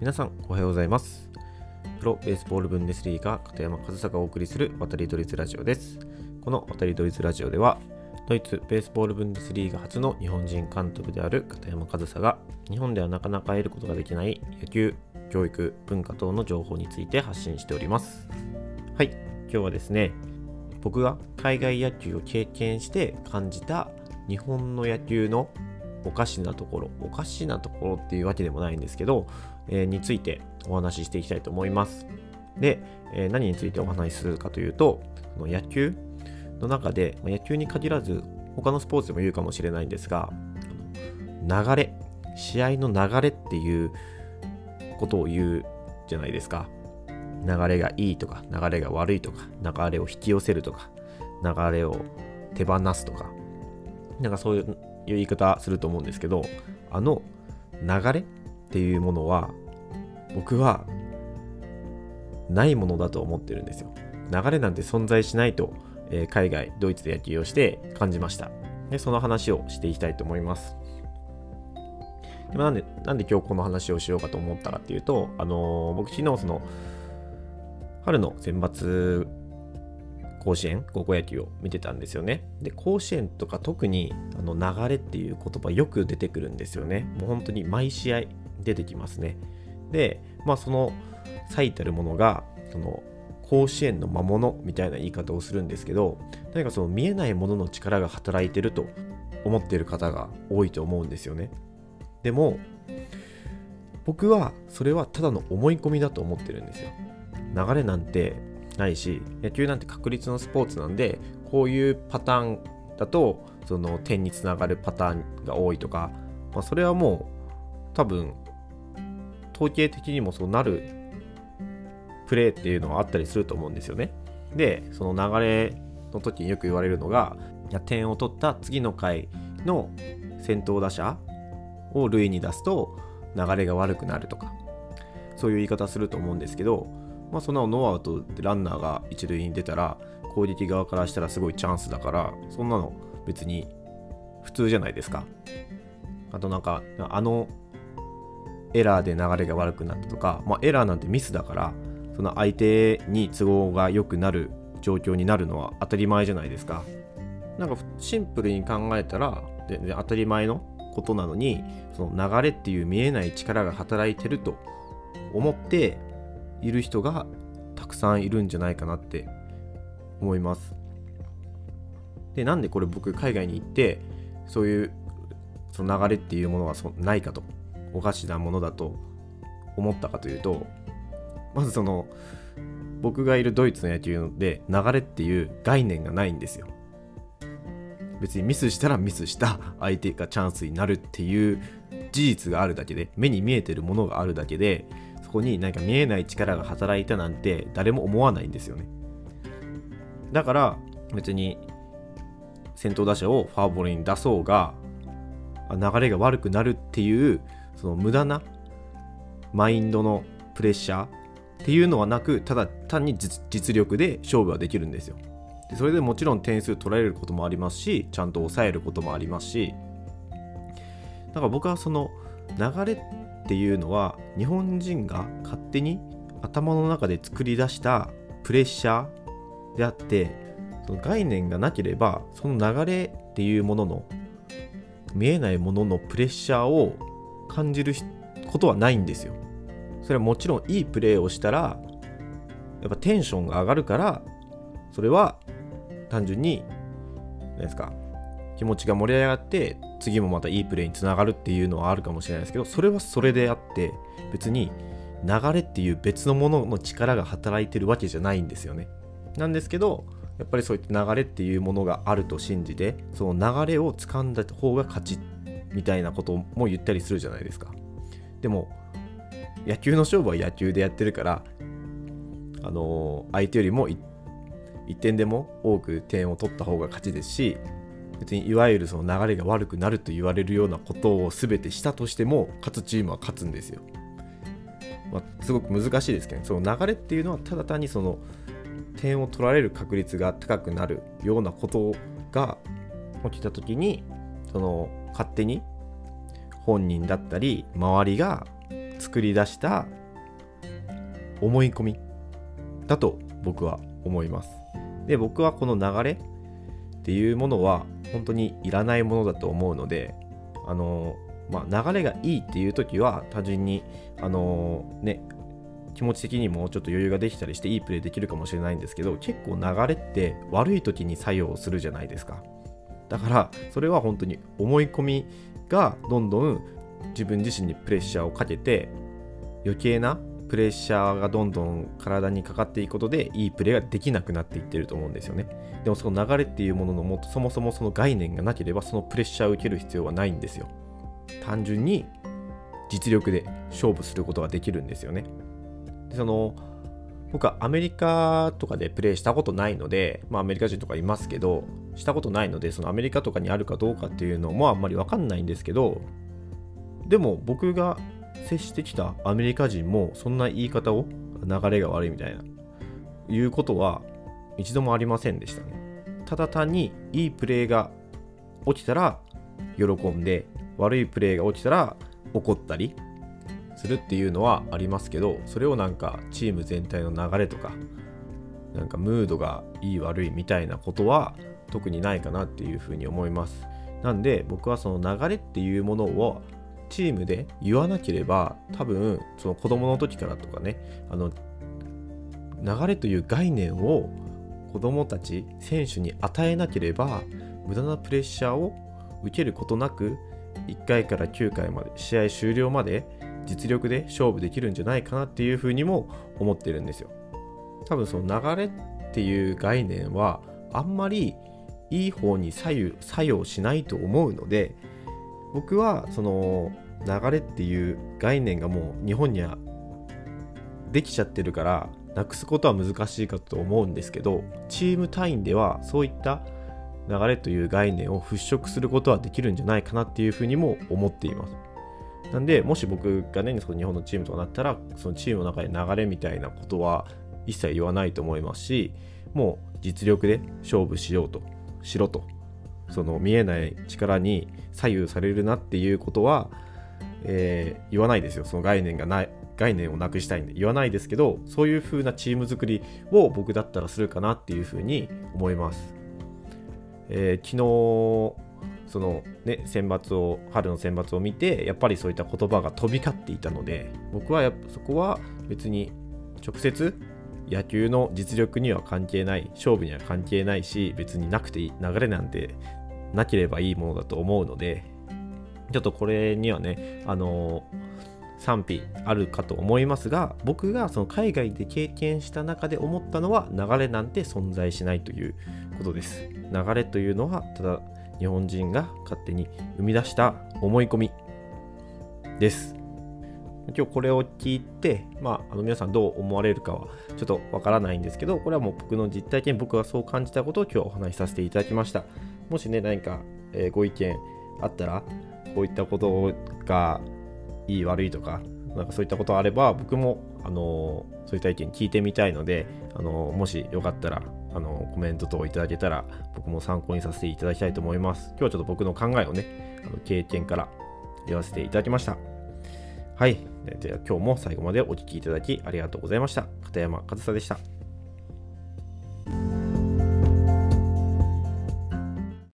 皆さんおはようございます。プロベースボールブンデスリーガ片山和沙がお送りする渡りドリズラジオです。この渡りドリズラジオではドイツベースボールブンデスリーガ初の日本人監督である片山和沙が日本ではなかなか得ることができない野球、教育、文化等の情報について発信しております。はい、今日はですね、僕が海外野球を経験して感じた日本の野球のおかしなところっていうわけでもないんですけど、についてお話ししていきたいと思います。で、何についてお話しするかというと、野球の中で、野球に限らず他のスポーツでも言うかもしれないんですが、試合の流れっていうことを言うじゃないですか。流れがいいとか、流れが悪いとか、流れを引き寄せるとか、流れを手放すとか、なんかそういう言い方すると思うんですけど、流れっていうものは僕はないものだと思ってるんですよ。流れなんて存在しないと、海外ドイツで野球をして感じました。でその話をしていきたいと思います。でなんで今日この話をしようかと思ったかっていうと、僕昨日その春の選抜甲子園高校野球を見てたんですよね。で甲子園とか特に流れっていう言葉よく出てくるんですよね。もう本当に毎試合出てきますね。でその最たるものがその甲子園の魔物みたいな言い方をするんですけど、何かその見えないものの力が働いてると思っている方が多いと思うんですよね。でも僕はそれはただの思い込みだと思ってるんですよ。流れなんてないし、野球なんて確率のスポーツなんで、こういうパターンだとその点につながるパターンが多いとか、それはもう多分統計的にもそうなるプレーっていうのはあったりすると思うんですよね。でその流れの時によく言われるのが、点を取った次の回の先頭打者を塁に出すと流れが悪くなるとか、そういう言い方すると思うんですけど、そのノーアウトでランナーが一塁に出たら攻撃側からしたらすごいチャンスだから、そんなの別に普通じゃないですか。あとなんかエラーで流れが悪くなったとか、エラーなんてミスだから、その相手に都合が良くなる状況になるのは当たり前じゃないですか。なんかシンプルに考えたら全然当たり前のことなのに、その流れっていう見えない力が働いてると思っている人がたくさんいるんじゃないかなって思います。でなんでこれ僕海外に行ってそういうその流れっていうものはないかと、おかしなものだと思ったかというと、まずその僕がいるドイツの野球で流れっていう概念がないんですよ。別にミスしたらミスした相手がチャンスになるっていう事実があるだけで、目に見えてるものがあるだけで、そこに何か見えない力が働いたなんて誰も思わないんですよね。だから別に先頭打者をフォアボールに出そうが流れが悪くなるっていうその無駄なマインドのプレッシャーっていうのはなく、ただ単に実力で勝負はできるんですよ。でそれでもちろん点数取られることもありますし、ちゃんと抑えることもありますし、だから僕はその流れっていうのは日本人が勝手に頭の中で作り出したプレッシャーであって、その概念がなければその流れっていうものの見えないもののプレッシャーを感じることはないんですよ。それはもちろんいいプレーをしたらやっぱテンションが上がるから、それは単純に何ですか、気持ちが盛り上がって次もまたいいプレーにつながるっていうのはあるかもしれないですけど、それはそれであって別に流れっていう別のものの力が働いてるわけじゃないんですよね。なんですけどやっぱりそういった流れっていうものがあると信じて、その流れを掴んだ方が勝ちみたいなことも言ったりするじゃないですか。でも野球の勝負は野球でやってるから、相手よりも1点でも多く点を取った方が勝ちですし、別にいわゆるその流れが悪くなると言われるようなことを全てしたとしても勝つチームは勝つんですよ。すごく難しいですけど、その流れっていうのはただ単にその点を取られる確率が高くなるようなことが起きた時に、その勝手に本人だったり周りが作り出した思い込みだと僕は思います。で、僕はこの流れっていうものは本当にいらないものだと思うので、流れがいいっていう時は単純に気持ち的にもちょっと余裕ができたりしていいプレーできるかもしれないんですけど、結構流れって悪い時に作用するじゃないですか。だからそれは本当に思い込みがどんどん自分自身にプレッシャーをかけて、余計なプレッシャーがどんどん体にかかっていくことでいいプレーができなくなっていってると思うんですよね。でもその流れっていうもののもと、そもそもその概念がなければそのプレッシャーを受ける必要はないんですよ。単純に実力で勝負することができるんですよね。で僕はアメリカとかでプレーしたことないので、アメリカ人とかいますけど、したことないので、そのアメリカとかにあるかどうかっていうのもあんまり分かんないんですけど、でも僕が接してきたアメリカ人もそんな言い方を、流れが悪いみたいないうことは一度もありませんでしたね。ただ単にいいプレーが起きたら喜んで、悪いプレーが起きたら怒ったりするっていうのはありますけど、それをなんかチーム全体の流れとか、なんかムードがいい悪いみたいなことは特にないかなっていうふうに思います。なんで僕はその流れっていうものをチームで言わなければ、多分その子供の時からとかね、流れという概念を子供たち選手に与えなければ、無駄なプレッシャーを受けることなく1回から9回まで試合終了まで実力で勝負できるんじゃないかなっていうふうにも思ってるんですよ。多分その流れっていう概念はあんまりいい方に作用しないと思うので、僕はその流れっていう概念がもう日本にはできちゃってるからなくすことは難しいかと思うんですけど、チーム単位ではそういった流れという概念を払拭することはできるんじゃないかなっていうふうにも思っています。なんでもし僕がね、その日本のチームとかなったら、そのチームの中で流れみたいなことは一切言わないと思いますし、もう実力で勝負しろと、その見えない力に左右されるなっていうことは、言わないですよ。その概念をなくしたいんで言わないですけど、そういう風なチーム作りを僕だったらするかなっていう風に思います。昨日そのね、春の選抜を見て、やっぱりそういった言葉が飛び交っていたので、僕はそこは別に直接野球の実力には関係ない、勝負には関係ないし、別になくていい、流れなんてなければいいものだと思うので、ちょっとこれにはね、賛否あるかと思いますが、僕がその海外で経験した中で思ったのは、流れなんて存在しないということです。流れというのはただ日本人が勝手に生み出した思い込みです。今日これを聞いて、皆さんどう思われるかはちょっとわからないんですけど、これはもう僕の実体験、僕がそう感じたことを今日お話しさせていただきました。もしね、何か、ご意見あったら、こういったことがいい悪いとか、なんかそういったことあれば、僕もそういった意見聞いてみたいので、もしよかったらコメント等いただけたら僕も参考にさせていただきたいと思います。今日はちょっと僕の考えをね、経験から言わせていただきました。はい。では今日も最後までお聞きいただきありがとうございました。片山和沙でした。